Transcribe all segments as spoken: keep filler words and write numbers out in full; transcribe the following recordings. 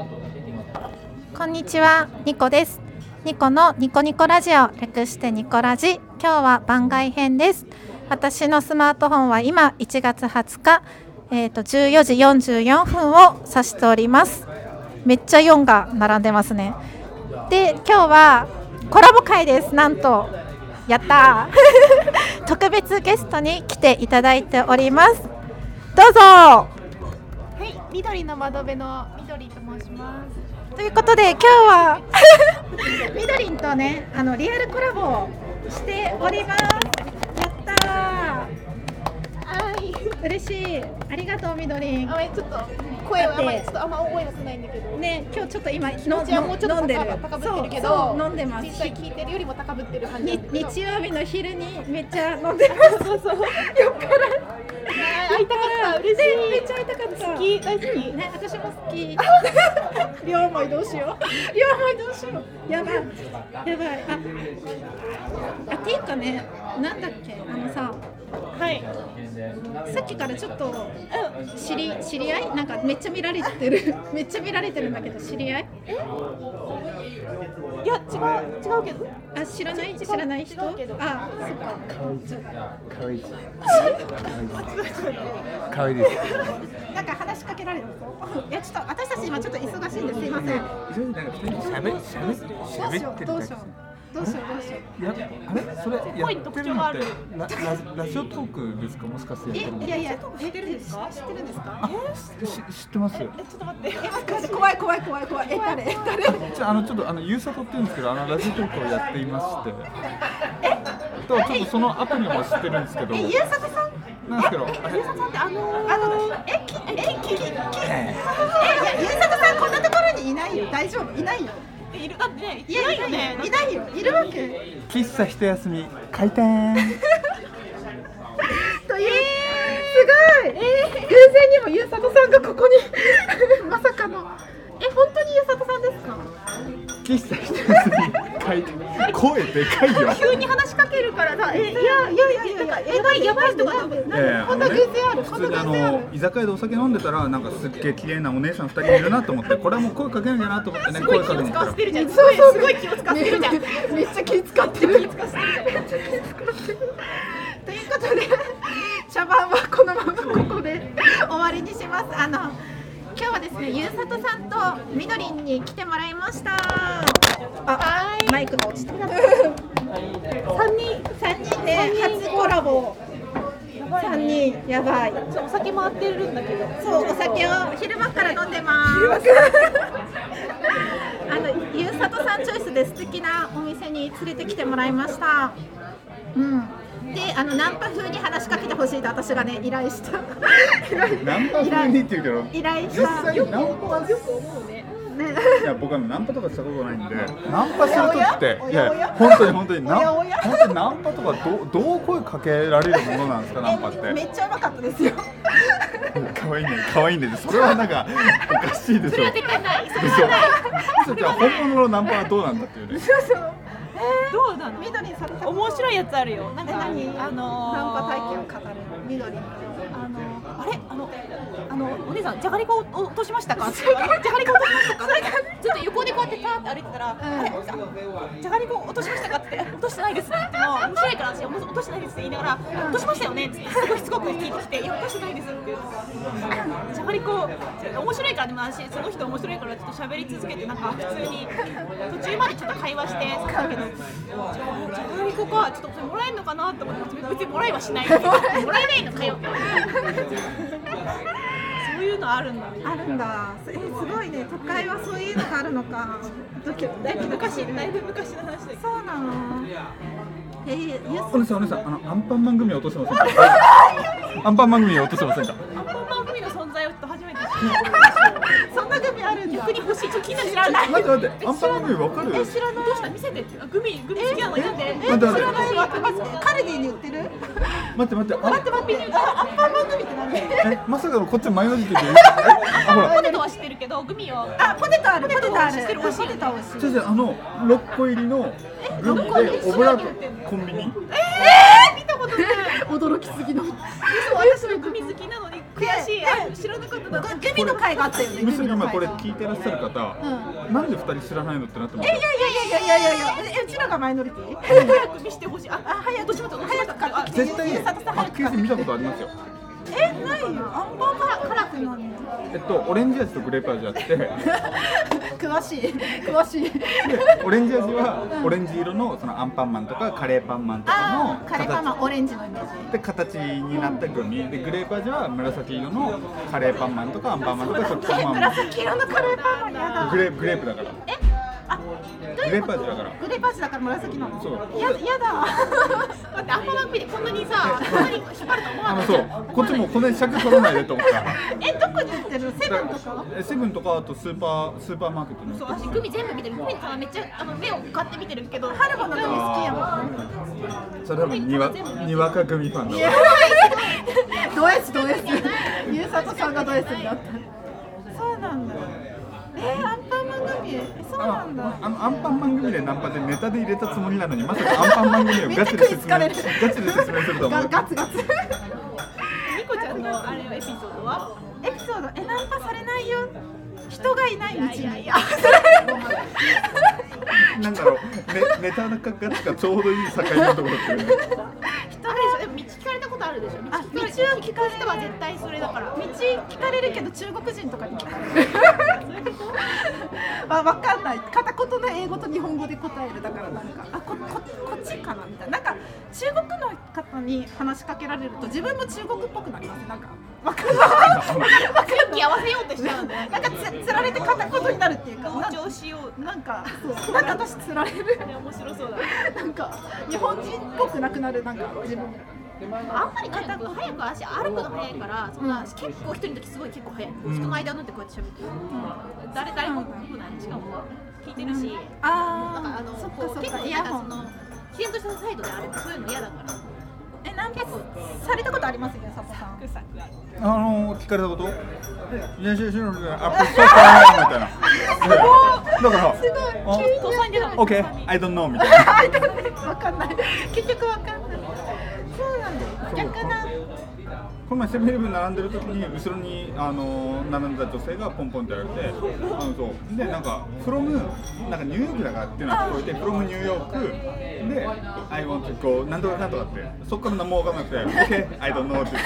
こんにちは、ニコです。ニコのニコニコラジオ、略してニコラジ。今日は番外編です。私のスマートフォンは今いちがつはつか、えーと、じゅうよじよんじゅうよんぷんを指しております。めっちゃよんが並んでますね。で、今日はコラボ会です。なんとやったー特別ゲストに来ていただいております。どうぞ。 はい、緑の窓辺の緑と申します。 ということで今日はみどりんとね、あのリアルコラボをしております。やったー。 はい、 嬉しい。ありがとうみどりん。 あ、ちょっと声はあんまりちょっとあんま大声出せないんだけど。 ね、今日ちょっと今気持ちはもうちょっと飲んでる。 高ぶってるけど、 そうそう飲んでます。 実際聞いてるよりも高ぶってる感じ。 日曜日の昼にめっちゃ飲んでます。 そうそう。 よっから。 会いたかった。嬉しい。 めっちゃ会いたかった。 好き、大好き。 ね、私も好き。両思いどうしよう。両思いどうしよう。やばい。やばい。あ、あっていうかね、なんだっけ、あのさ。 はい。 さっきからちょっと知り知り合いなんかめっちゃ見られてるめっちゃ見られてるんだけど知り合い？ え？いや違う違うけど。 あ、知らない知らない人？あ、そっか。 かわいい。かわいいです。 なんか話しかけられるんですよ。いやちょっと私たち今ちょっと忙しいんですいません。 それなんか二人でしゃべしゃべしゃべってるどうしよう。どうしようどうしよう。 いや、あれそれやってるのってラララジオトークですか、もしかして。 え、いやいや知ってるんですか？知ってるんですか？ え、し知ってます。 え、ちょっと待って。 え、待って怖い怖い怖い怖い。え、誰誰？ じゃあのちょっとあのゆうさとって言うんですけど、あのラジオトークをやっていまして。え？とちょっとそのアプリも知ってるんですけど。 え、ゆうさとさん？ なんですけど。 ゆうさとさんってあのあのえ、きえ、ききき。え、いやゆうさとさんこんなところにいないよ。大丈夫？いないよ。 いるだってね、 いないよね。いないよ。いるわけ。 喫茶一休み開店。 という、すごい、えー、偶然にもゆうさとさんがここにまさかのえ、本当にゆうさとさんですか？ 喫茶一休み開店。声でかいよ。 急に話しかけるからさ、え、いやいやいやいやいや、やばいやばい人が多分、 こんな偶然ある。 普通にあの居酒屋でお酒飲んでたらなんかすっげえ綺麗なお姉さんふたりいるなと思って、これはもう声かけなきゃなと思ってね、声かけに行ったら。 すごい気を使ってるじゃん。そうそう、すごい気を使ってるじゃん。 めっちゃ気使ってる。気使ってる。めっちゃ気使ってる。ということで、茶番はこのままここで終わりにします。あの。今日はですね、ゆうさとさんとみどりんに来てもらいました。あ、マイクが落ちた。三人、三人で初コラボ。三人、やばい。 お酒回ってるんだけど。 そう、お酒を昼間から飲んでます。あの、ゆうさとさんチョイスで素敵なお店に連れてきてもらいました。うん。で、あのナンパ風に話しかけてほしいと私がね依頼した。 ナンパ風にって言うけど、 依頼した。 実際ナンパはよく思うね。 ね、 いや僕はナンパとかしたことないんで、ナンパするときっていや本当に本当にナン本当にナンパとかどどう声かけられるものなんですか、ナンパって。 めっちゃうまかったですよ。 可愛いね可愛いね。それはなんかおかしいでしょ。それは絶対ない。 それじゃあ本物のナンパはどうなんだっていうね。 そうそう。 えー、どうなの？ みどりさん面白いやつあるよ。なんか何？ あのー、 ナンパ体験を語るみどり。 あのー、あれあのあのお姉さんじゃがりこを落としましたか？じゃがりこ落としましたか？ちょっと横でこうやってパーって歩いてたら、うん、あれじゃがりこ落としましたかって落としてないですって言っても面白いから私は落としてないですって言いながら、うん、落としましたよねってすごいしつこく聞いてきて、いや落としてないですって言うと、じゃがりこ面白いからでも私その人面白いからちょっと喋り続けてなんか普通に途中までちょっと会話してたけど、じゃがりこかちょっとそれもらえるのかなと思って別にもらえはしない。もらえないのかよ。そういうのあるんだ。 あるんだ。えー、すごいね。都会はそういうのがあるのか。 だいぶ昔、だいぶ昔の話だけど。 そうなの。えー、 お姉さんお姉さん、あのアンパンマン組落としてませんか？アンパンマン組落としてませんか？ アンパンマン組の存在をちょっと初めて知った。 そんな組あるんだ。 逆に欲しい。ちょっと気になる。知らない。 待って待って、アンパンマン組わかる？ え、知らない。どうした見せてって。グミグミ好きなのなんで？え、 知らない。 カルディに売ってる？ 待って待って。 待って待って。 アンパンマン組って何？ え、まさかのこっちマヨネーズって言って。 あ、ほら。ポテトは知ってるけどグミを。 あ、ポテトある。ポテトある。 知ってる。美味しい。 ポテト美味しい。 じゃじゃあのろっこ入りのグミでオブラートコンビニ。 えー、見たことない。 驚きすぎの。 私のグミ好きなのに悔しい。あ、知らなかった。 グミの会があったよね。 むしろ今これ聞いてらっしゃる方、なんでふたり知らないのってなってます。 いやいやいやいやいやいやえ、うちらがマイノリティ？ 早く見せてほしい。あ、早く、早く買ってきて。 絶対パッケージ見たことありますよ。 え、ないよ。アンパンから辛くなるの。 えっとオレンジ味とグレープ味あって詳しい詳しい。 でオレンジ味はオレンジ色のそのアンパンマンとかカレーパンマンとかのカレーパンマンオレンジのイメージで形になったグミで、グレープ味は紫色のカレーパンマンとかアンパンマンとか食パンマン。 紫色のカレーパンマンやだ。 グレープグレープだから。 え、あ、 グレープ味だから。 グレープ味だから紫なの。 そう。 やだやだ。 待って、アンパンマンピでこんなにさ、こんなに引っ張ると思わない。 あのそうこっちもこんなに尺取らないでと思った。 え、どこに売ってる？セブンとか？ セブンとかあとスーパースーパーマーケットに。 そう、私グミ全部見てる。グミさめっちゃあの目を買って見てるけど、 ハルボのグミ好きやもん。それ多分にわにわかグミファンだわ。 ド S ド S。ゆうさとさんがド S になった。そうなんだ。えー、アンパンマングミ、そうなんだ。 あのアンパンマングミでナンパでネタで入れたつもりなのに、まさかアンパンマングミをガチで説明ガチで説明すると思う。 ガツガツ。 ニコちゃんのあれエピソードは？ エピソード、え、ナンパされないよ。人がいない道に。いやいや。 なんだろう、ね、ネタがガチがちょうどいい境のところっていうね。 あれでしょ、でも道聞かれたことあるでしょ。道聞かれ道を聞かれる人は絶対それだから。 道聞かれるけど中国人とかに聞かれる。あ、わかんない。片言の英語と日本語で答えるだからなんかあこここっちかなみたいな。なんか中国の方に話しかけられると自分も中国っぽくなります。なんかわかんない。わかんない。 雰囲気合わせようとしちゃうんだよね。 なんかつつられて片言になるっていうか。 同調しよう。 なんかそうなんか私つられる。 面白そうだ。 なんか日本人っぽくなくなるなんか自分。 あんまり早く早く足歩くの早いから、そんな結構一人の時すごい結構早い。人の間を縫ってこうやって喋ってる。誰誰も来ない。しかも聞いてるし、 あなんかあのそっかそっか結構なんかその自然とした態度であれそういうの嫌だから。 え、ナンパされたことありますよ、サポさん。 あの聞かれたこと？いやいやいや、アップストアみたいな。だからすごい。 父さんじゃない。 オッケー、I don't know みたいな。 わかんない。結局わかんない。そうなんだよ。逆な。 この前セブンイレブン並んでる時に後ろにあの並んでた女性がポンポンってやられて、あのそうでなんかフロムなんかニューヨークだからっていうのが聞こえて、フロムニューヨークで I want to go なんとかなんとかってそっから何も分かんなくて OK I don't know って言って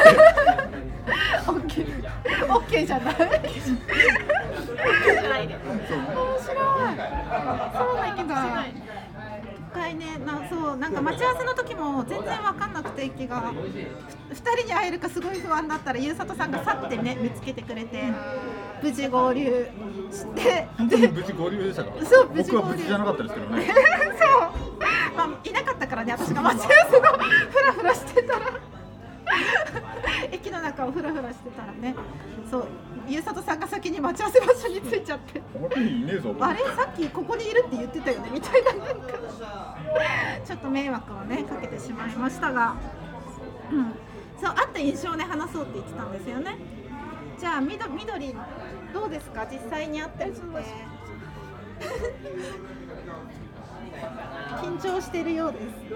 OK OK じゃない。OK じゃないで。 そう面白い。そうだけど。一回ね、なそうなんか待ち合わせの時も全然分かんなくて駅がふたりに会えるかすごい不安だったらゆうさとさんがさってね見つけてくれて無事合流して本当に無事合流でしたか？ そう無事合流。 僕は無事じゃなかったですけどね。 そう、まあ、いなかったからね私が待ち合わせのフラフラしてたら駅の中をフラフラしてたらね、そうゆうさとさんが先に待ち合わせ場所に着いちゃって本当にいねえぞあれさっきここにいるって言ってたよねみたいな、なんかちょっと迷惑をねかけてしまいましたが、うん、そうあった印象をね話そうって言ってたんですよね。じゃあみどみどりどうですか実際に会ってみて。緊張しているようです。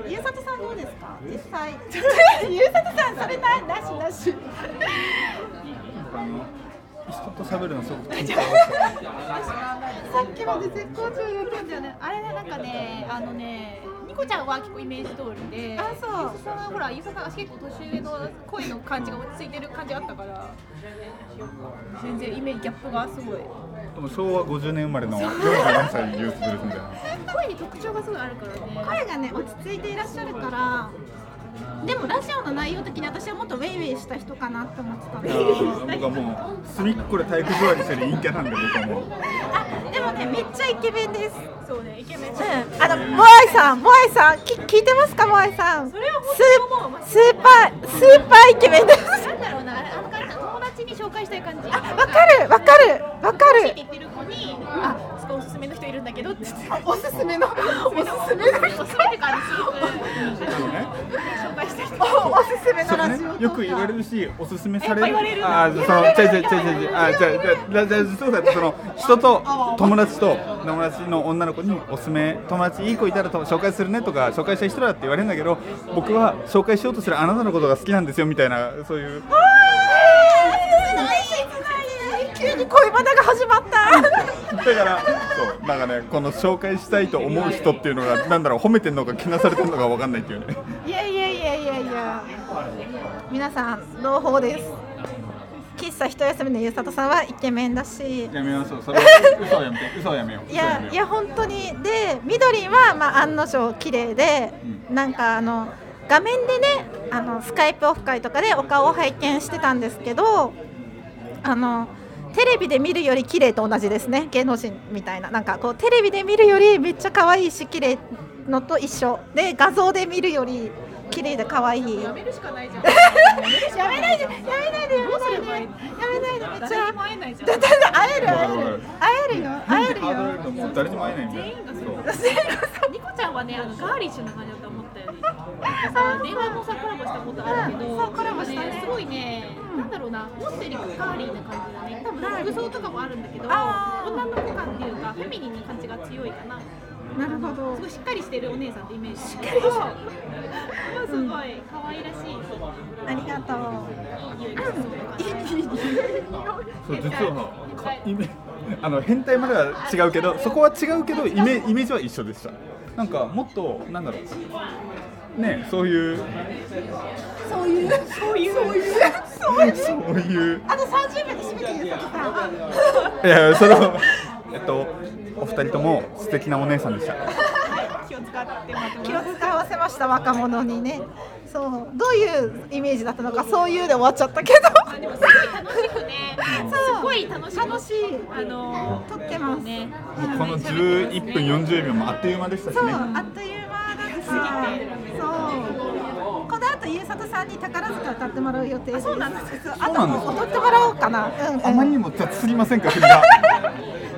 ゆうさとさんどうですか実際。ゆうさとさんそれななしなし。 あの人と喋るのすごく緊張さっきまで絶好調だったんだよね。 あれねなんかねあのねニコちゃんは結構イメージ通りで、 あそう。 ゆうささんはほらゆうささんは結構年上の声の感じが落ち着いてる感じあったから全然イメージギャップがすごい。 でもしょうわごじゅうねん生まれのよんじゅうよんさいユースブルースみたいな。 声に特徴がすごいあるからね。 声がね落ち着いていらっしゃるから。でもラジオの内容的に私はもっとウェイウェイした人かなって思ってたんで。 僕はもう隅っこで体育座りしてる陰キャなんで僕はもう。 あでもねめっちゃイケメンです。 そうねイケメン。 うん、あのモアイさんモアイさんき聞いてますかモアイさん。 それは本当に思う。 スーパースーパーイケメンです。 なんだろうなあの感じ友達に紹介したい感じ。 あわかるわかるわかる。 って言ってる子にあすごいおすすめの人いるんだけどって言って。 おすすめのおすすめのおすすめって感じすごくあのね紹介したい人。 おすすめのそれねラジオよく言われるしおすすめされる。 やっぱ言われるんだ。 あそのちゃいちゃいちゃいちゃいあじゃじゃじゃそうだってその人と友達と友達の女の子におすすめ友達いい子いたらと紹介するねとか紹介したい人だって言われるんだけど僕は紹介しようとするあなたのことが好きなんですよみたいなそういう。 急に恋バナが始まっただからそうなんかねこの紹介したいと思う人っていうのがなんだろう褒めてんのかけなされてんのか分かんないっていうね。 いやいやいやいやいや皆さん朗報です。喫茶一休みのゆうさとさんはイケメンだし、 やめましょうそれ嘘をやめて嘘をやめよう。 いやいや本当にでみどりんはまあ案の定綺麗で、うん、なんかあの画面でねあのスカイプオフ会とかでお顔を拝見してたんですけどあのテレビで見るより綺麗と同じですね。芸能人みたいななんかこうテレビで見るよりめっちゃ可愛いし綺麗のと一緒で画像で見るより綺麗で可愛い。 やめるしかないじゃん。 やめないでやめないでやめないでやめないでめっちゃ会えないじゃん。 会える会える会えるよ会えるよ。 もう誰にも会えないんだよ。 全員がそう。ニコちゃんはねあのガーリッシュな感じだと思ったより。さ電話もさコラボしたことあるけど、 コラボしたね。 すごいねなんだろうな思ったよりガーリーな感じだね。多分服装とかもあるんだけど女の子感っていうかフェミニンな感じが強いかな。 なるほど。 すごいしっかりしてるお姉さんってイメージ。しっかりしてる。すごい可愛らしい。 ありがとう。 そう実はイメあの変態までは違うけどそこは違うけどイメイメージは一緒でした。なんかもっとなんだろうねそういうそういうそういうそういうそういうあとさんじゅうびょうで締めていいですか。 いやそのえっとお二人とも素敵なお姉さんでした。 気を使って気を使わせました若者にね。そうどういうイメージだったのかそういうで終わっちゃったけど。 あでもすごい楽しくね。すごい楽しい楽しいあの撮ってますね。 このじゅういっぷんよんじゅうびょうもあっという間でしたしね。 そうあっという間だった。そうこの後ゆうさとさんに宝塚歌ってもらう予定です。 そうなんです。 あと踊ってもらおうかな。うんうん、 あまりにも雑すぎませんか振りが。